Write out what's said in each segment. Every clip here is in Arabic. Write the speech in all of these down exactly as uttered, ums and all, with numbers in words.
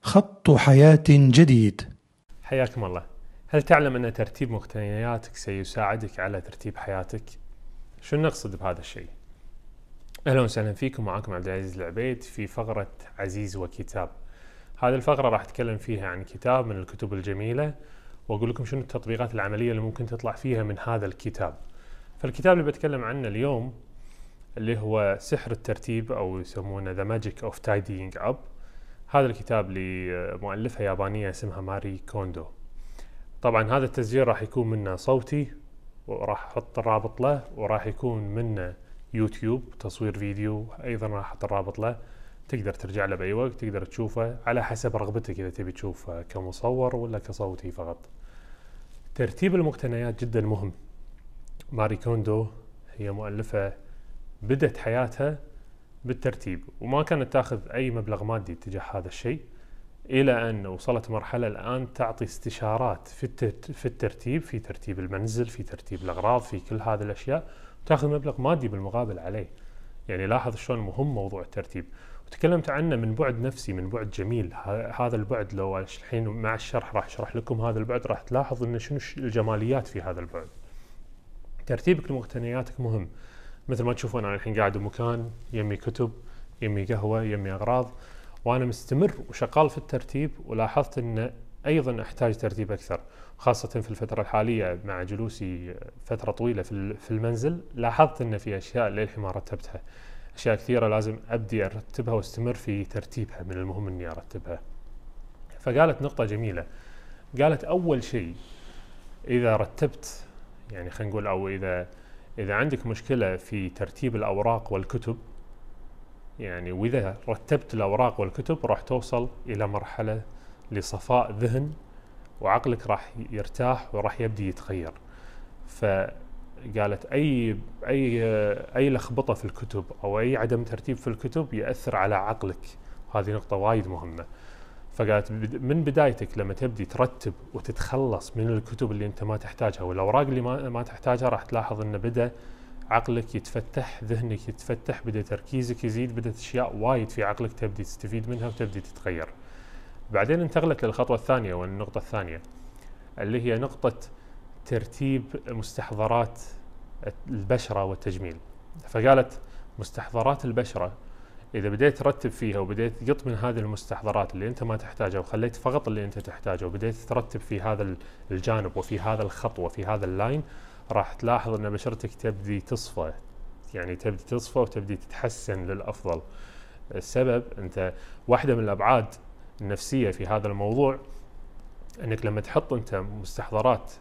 خط حياة جديد. حياكم الله. هل تعلم أن ترتيب مقتنياتك سيساعدك على ترتيب حياتك؟ شو نقصد بهذا الشيء؟ أهلا وسهلا فيكم، معكم عبد العزيز العبيد في فقرة عزيز وكتاب. هذه الفقرة راح أتكلم فيها عن كتاب من الكتب الجميلة، وأقول لكم شنو التطبيقات العملية اللي ممكن تطلع فيها من هذا الكتاب. فالكتاب اللي بتكلم عنه اليوم اللي هو سحر الترتيب، أو يسمونه The Magic of Tidying Up. هذا الكتاب لمؤلفة يابانية اسمها ماري كوندو. طبعا هذا التسجيل راح يكون منه صوتي، وراح احط الرابط له، وراح يكون منه يوتيوب تصوير فيديو ايضا راح احط الرابط له. تقدر ترجع له باي وقت، تقدر تشوفه على حسب رغبتك، اذا تبي تشوفه كمصور ولا كصوتي فقط. ترتيب المقتنيات جدا مهم. ماري كوندو هي مؤلفة بدت حياتها بالترتيب، وما كانت تاخذ اي مبلغ مادي تجاه هذا الشيء، الى ان وصلت مرحله الان تعطي استشارات في في الترتيب، في ترتيب المنزل، في ترتيب الاغراض، في كل هذه الاشياء، وتاخذ مبلغ مادي بالمقابل عليه. يعني لاحظ شلون مهم موضوع الترتيب، وتكلمت عنه من بعد نفسي، من بعد جميل. هذا البعد لو الحين مع الشرح راح اشرح لكم هذا البعد، راح تلاحظ ان شنو الجماليات في هذا البعد. ترتيبك لمقتنياتك مهم. مثل ما تشوفون انا الحين قاعد بمكان يمي كتب، يمي قهوه، يمي اغراض، وانا مستمر وشغال في الترتيب، ولاحظت ان ايضا احتاج ترتيب اكثر، خاصه في الفتره الحاليه مع جلوسي فتره طويله في المنزل. لاحظت ان في اشياء للحين ما رتبتها، اشياء كثيره لازم ابدي ارتبها واستمر في ترتيبها، من المهم اني ارتبها. فقالت نقطه جميله، قالت اول شيء اذا رتبت، يعني خلينا نقول، او اذا اذا عندك مشكله في ترتيب الاوراق والكتب، يعني وإذا رتبت الأوراق والكتب راح توصل إلى مرحلة لصفاء ذهن، وعقلك راح يرتاح وراح يبدي يتغير. فقالت أي أي أي لخبطة في الكتب أو أي عدم ترتيب في الكتب يأثر على عقلك، هذه نقطة وايد مهمة. فقالت من بدايتك لما تبدي ترتب وتتخلص من الكتب اللي أنت ما تحتاجها والأوراق اللي ما ما تحتاجها، راح تلاحظ أن بدأ عقلك يتفتح، ذهنك يتفتح، بدأ تركيزك يزيد، بدأت أشياء وايد في عقلك تبدي تستفيد منها وتبدي تتغير. بعدين انتقلت للخطوة الثانية والنقطة الثانية اللي هي نقطة ترتيب مستحضرات البشرة والتجميل. فقالت مستحضرات البشرة إذا بديت ترتب فيها وبديت تقط من هذه المستحضرات اللي أنت ما تحتاجها وخليت فقط اللي أنت تحتاجه، وبديت ترتب في هذا الجانب وفي هذا الخط وفي هذا اللاين، راح تلاحظ أن بشرتك تبدي تصفى، يعني تبدي تصفى وتبدي تتحسن للأفضل. السبب أنت واحدة من الأبعاد النفسية في هذا الموضوع أنك لما تحط أنت مستحضرات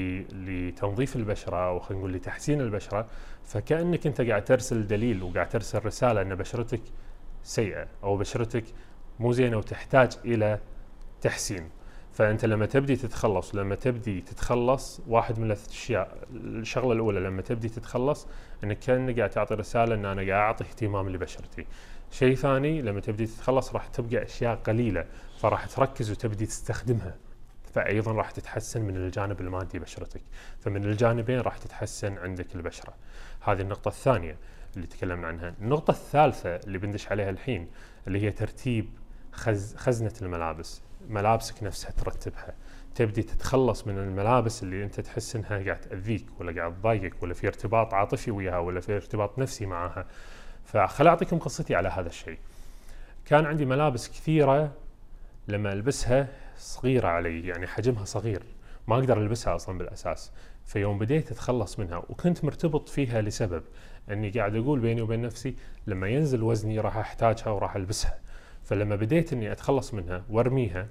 لتنظيف البشرة، أو خلينا نقول لتحسين البشرة، فكأنك أنت قاعد ترسل دليل وقاعد ترسل رسالة أن بشرتك سيئة أو بشرتك مو زينة وتحتاج إلى تحسين. فأنت لما تبدي تتخلص لما تبدي تتخلص واحد من الأشياء، الشغلة الأولى لما تبدي تتخلص أنك كأنك قاعد تعطي رسالة أن أنا قاعد أعطي اهتمام لبشرتي. شيء ثاني، لما تبدي تتخلص راح تبقى أشياء قليلة، فراح تركز وتبدي تستخدمها، فأيضا راح تتحسن من الجانب المادي بشرتك، فمن الجانبين راح تتحسن عندك البشرة. هذه النقطة الثانية اللي تكلمنا عنها. النقطة الثالثة اللي بندش عليها الحين اللي هي ترتيب خز خزنة الملابس. ملابسك نفسها ترتبها، تبدي تتخلص من الملابس اللي انت تحس انها قاعد تأذيك ولا قاعد تضايقك ولا في ارتباط عاطفي وياها ولا في ارتباط نفسي معها. فخل اعطيكم قصتي على هذا الشيء. كان عندي ملابس كثيرة لما البسها صغيرة علي، يعني حجمها صغير، ما اقدر البسها اصلا بالاساس. فيوم بديت اتخلص منها، وكنت مرتبط فيها لسبب اني قاعد اقول بيني وبين نفسي لما ينزل وزني راح احتاجها وراح البسها. فلما بديت اني اتخلص منها وارميها،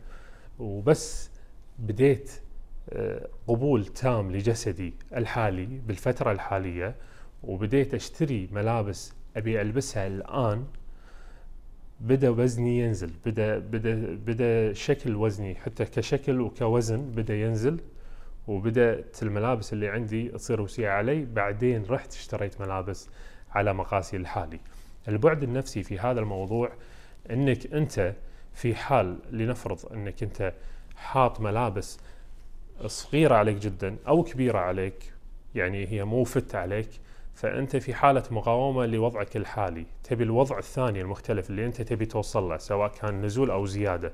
وبس بديت قبول تام لجسدي الحالي بالفترة الحالية، وبديت اشتري ملابس ابي البسها الان، بدأ وزني ينزل، بدأ بدأ بدأ شكل وزني حتى كشكل وكوزن بدأ ينزل، وبدأت الملابس اللي عندي تصير وسيعة علي. بعدين رحت اشتريت ملابس على مقاسي الحالي. البعد النفسي في هذا الموضوع انك انت في حال لنفرض انك انت حاط ملابس صغيرة عليك جدا او كبيرة عليك، يعني هي مو فت عليك، فأنت في حالة مقاومة لوضعك الحالي، تبي الوضع الثاني المختلف اللي أنت تبي توصل له، سواء كان نزول أو زيادة.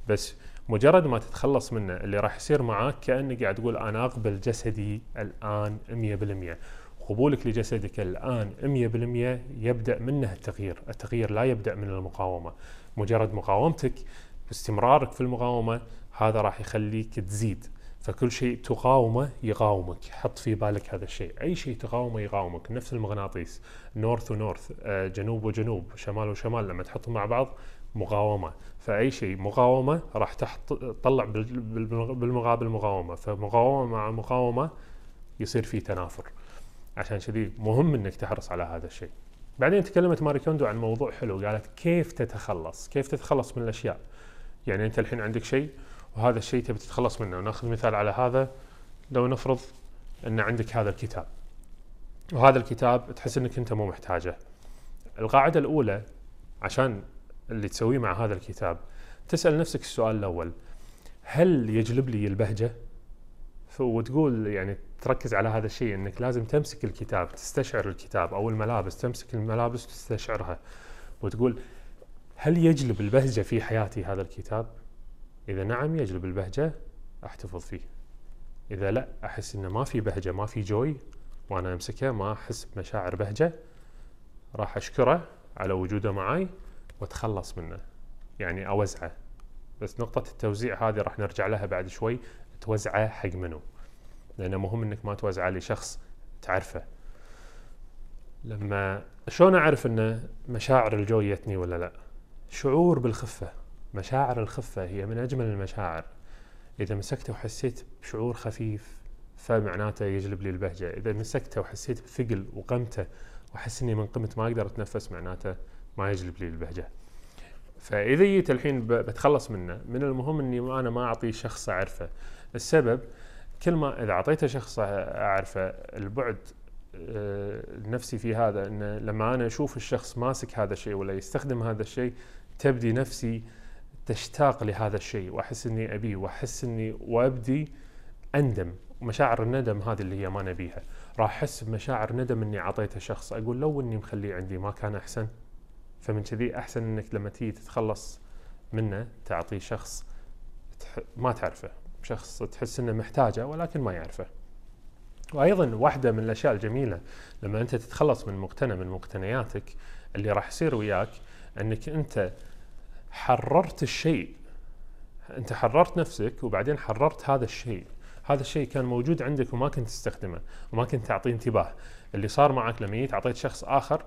بس مجرد ما تتخلص منه اللي راح يصير معاك كأنك قاعد تقول أنا أقبل جسدي الآن مية بالمية. قبولك لجسدك الآن مية بالمية يبدأ منه التغيير. التغيير لا يبدأ من المقاومة. مجرد مقاومتك واستمرارك في المقاومة هذا راح يخليك تزيد. فكل شيء تقاومه يقاومك. حط في بالك هذا الشيء. أي شيء تقاومه يقاومك. نفس المغناطيس، نورث ونورث، جنوب وجنوب، شمال وشمال، لما تحطهم مع بعض مقاومة. فأي شيء مقاومة راح تطلع بالمقابل مقاومة. فمقاومة مع مقاومة يصير فيه تنافر. عشان كذي مهم انك تحرص على هذا الشيء. بعدين تكلمت ماري كوندو عن موضوع حلو، قالت كيف تتخلص كيف تتخلص من الاشياء. يعني انت الحين عندك شيء وهذا الشيء تبي تتخلص منه. وناخذ مثال على هذا، لو نفرض ان عندك هذا الكتاب وهذا الكتاب تحس انك انت مو محتاجه. القاعدة الاولى عشان اللي تسويه مع هذا الكتاب تسأل نفسك السؤال الاول، هل يجلب لي البهجة؟ وتقول يعني تركز على هذا الشيء، انك لازم تمسك الكتاب تستشعر الكتاب، او الملابس تمسك الملابس وتستشعرها وتقول هل يجلب البهجة في حياتي هذا الكتاب؟ اذا نعم يجلب البهجة احتفظ فيه. اذا لا احس انه ما في بهجة ما في جوي وانا امسكه ما احس بمشاعر بهجة، راح اشكره على وجوده معي واتخلص منه، يعني اوزعه. بس نقطة التوزيع هذه راح نرجع لها بعد شوي. توزعه حق منه؟ لأنه مهم إنك ما توزعه لشخص تعرفه. لما شلون أعرف إن مشاعر الجوي جتني ولا لا؟ شعور بالخفة. مشاعر الخفة هي من أجمل المشاعر. إذا مسكته وحسيت بشعور خفيف فمعناته يجلب لي البهجة. إذا مسكته وحسيت بثقل وقمته وأحس إني من قمت ما أقدر أتنفس معناته ما يجلب لي البهجة. فإذا جيت الحين بتخلص منه، من المهم إني أنا ما أعطي شخص أعرفه. السبب كل ما إذا أعطيته شخص أعرفه البعد النفسي في هذا، إن لما أنا أشوف الشخص ماسك هذا الشيء ولا يستخدم هذا الشيء تبدي نفسي تشتاق لهذا الشيء وأحس إني أبيه وأحس إني وأبدي أندم. مشاعر الندم هذه اللي هي ما نبيها. راح أحس بمشاعر ندم إني أعطيته شخص، أقول لو إني مخليه عندي ما كان أحسن. فمن كذي أحسن إنك لما تيجي تتخلص منه تعطيه شخص ما تعرفه، شخص تحس إنه محتاجه ولكن ما يعرفه. وأيضا واحدة من الأشياء الجميلة لما أنت تتخلص من مقتنى من مقتنياتك اللي راح يصير وياك أنك أنت حررت الشيء. أنت حررت نفسك وبعدين حررت هذا الشيء. هذا الشيء كان موجود عندك وما كنت تستخدمه وما كنت تعطيه انتباه. اللي صار معك لما جيت أعطيت شخص آخر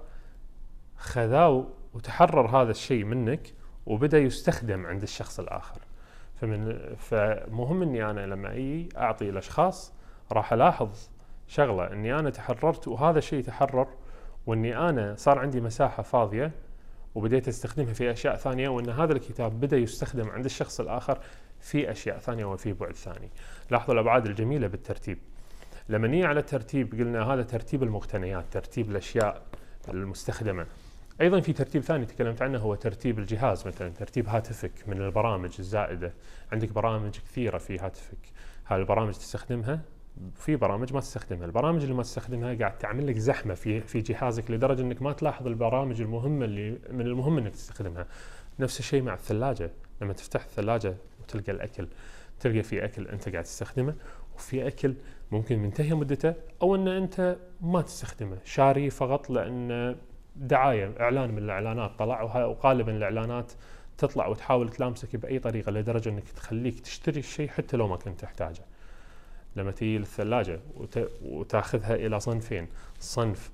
خذاه وتحرر هذا الشيء منك وبدأ يستخدم عند الشخص الآخر. فمن فمهم إني أنا لما أجي أعطي الأشخاص راح ألاحظ شغلة، إني أنا تحررت وهذا الشيء تحرر، وإني أنا صار عندي مساحة فاضية وبديت أستخدمها في أشياء ثانية، وإن هذا الكتاب بدأ يستخدم عند الشخص الآخر في أشياء ثانية وفي بعد ثاني. لاحظوا الأبعاد الجميلة بالترتيب. لما نيجي على الترتيب قلنا هذا ترتيب المقتنيات، ترتيب الأشياء المستخدمة. أيضا في ترتيب ثاني تكلمت عنه هو ترتيب الجهاز، مثلا ترتيب هاتفك من البرامج الزائدة. عندك برامج كثيرة في هاتفك، هاي البرامج تستخدمها، في برامج ما تستخدمها. البرامج اللي ما تستخدمها قاعد تعمل لك زحمة في في جهازك لدرجة انك ما تلاحظ البرامج المهمة اللي من المهم انك تستخدمها. نفس الشيء مع الثلاجة. لما تفتح الثلاجة وتلقى الأكل، تلقى في أكل أنت قاعد تستخدمه وفي أكل ممكن منتهي مدته أو أن أنت ما تستخدمه، شاري فقط لأن دعاية إعلان من الإعلانات طلع، وغالبا الإعلانات تطلع وتحاول تلامسك بأي طريقة لدرجة أنك تخليك تشتري الشيء حتى لو ما كنت تحتاجه. لما تيجي للثلاجة وتاخذها إلى صنفين، صنف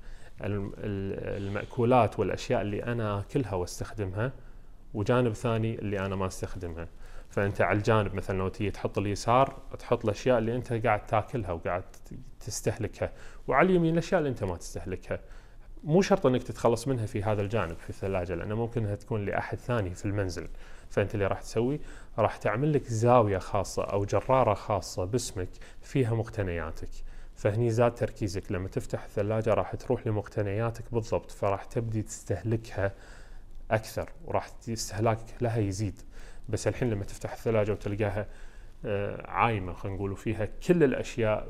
المأكولات والأشياء اللي أنا أكلها واستخدمها، وجانب ثاني اللي أنا ما استخدمها. فأنت على الجانب مثلا لو تيجي تحط اليسار تحط الأشياء اللي أنت قاعد تاكلها وقاعد تستهلكها، وعلى اليمين الأشياء اللي أنت ما تستهلكها. مو شرط أنك تتخلص منها في هذا الجانب في الثلاجة، لأنه ممكن أنها تكون لأحد ثاني في المنزل. فأنت اللي راح تسوي راح تعمل لك زاوية خاصة أو جرارة خاصة باسمك فيها مقتنياتك. فهني زاد تركيزك. لما تفتح الثلاجة راح تروح لمقتنياتك بالضبط، فراح تبدي تستهلكها أكثر وراح استهلاكك لها يزيد. بس الحين لما تفتح الثلاجة وتلقاها عايمة خلينا نقول فيها كل الأشياء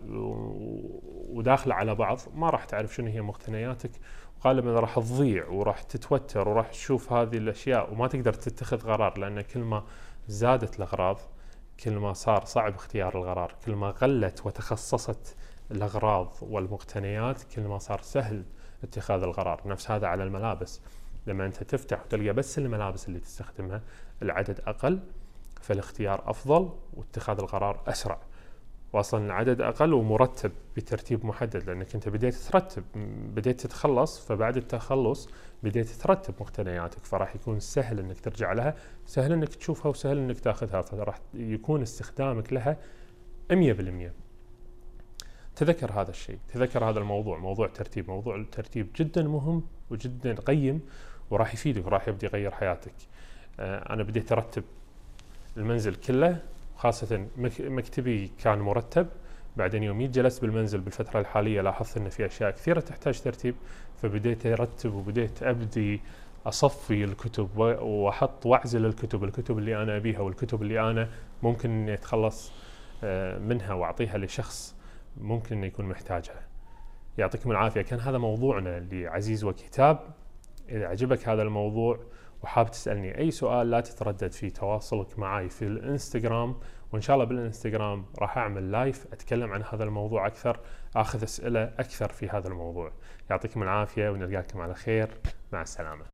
وداخلة على بعض، ما راح تعرف شنو هي مقتنياتك، وغالبا راح تضيع وراح تتوتر وراح تشوف هذه الأشياء وما تقدر تتخذ قرار، لأن كل ما زادت الأغراض، كل ما صار صعب اختيار الغرار، كل ما قلت وتخصصت الأغراض والمقتنيات، كل ما صار سهل اتخاذ القرار. نفس هذا على الملابس، لما أنت تفتح وتلقى بس الملابس اللي تستخدمها العدد أقل، فالاختيار أفضل واتخاذ القرار أسرع. واصلا العدد أقل ومرتب بترتيب محدد، لأنك أنت بديت ترتب، بديت تتخلص، فبعد التخلص بديت ترتب مقتنياتك، فراح يكون سهل أنك ترجع لها، سهل أنك تشوفها، وسهل أنك تاخذها، فراح يكون استخدامك لها مية بالمية. تذكر هذا الشيء، تذكر هذا الموضوع، موضوع ترتيب، موضوع الترتيب جدا مهم وجدا قيم، وراح يفيدك وراح يبدي يغير حياتك. أنا بديت أرتب المنزل كله، خاصة مكتبي كان مرتب، بعدين يوم جلست بالمنزل بالفترة الحالية لاحظت أن في أشياء كثيرة تحتاج ترتيب، فبديت أرتب وبديت أبدي أصفي الكتب وأحط وأعزل الكتب الكتب اللي أنا أبيها والكتب اللي أنا ممكن أني أتخلص منها وأعطيها لشخص ممكن أن يكون محتاجها. يعطيكم العافية. كان هذا موضوعنا لعزيز وكتاب. إذا عجبك هذا الموضوع وحاب تسألني أي سؤال، لا تتردد في تواصلك معي في الانستغرام، وإن شاء الله بالانستغرام راح أعمل لايف أتكلم عن هذا الموضوع أكثر، أخذ أسئلة أكثر في هذا الموضوع. يعطيكم العافية ونلقاكم على خير، مع السلامة.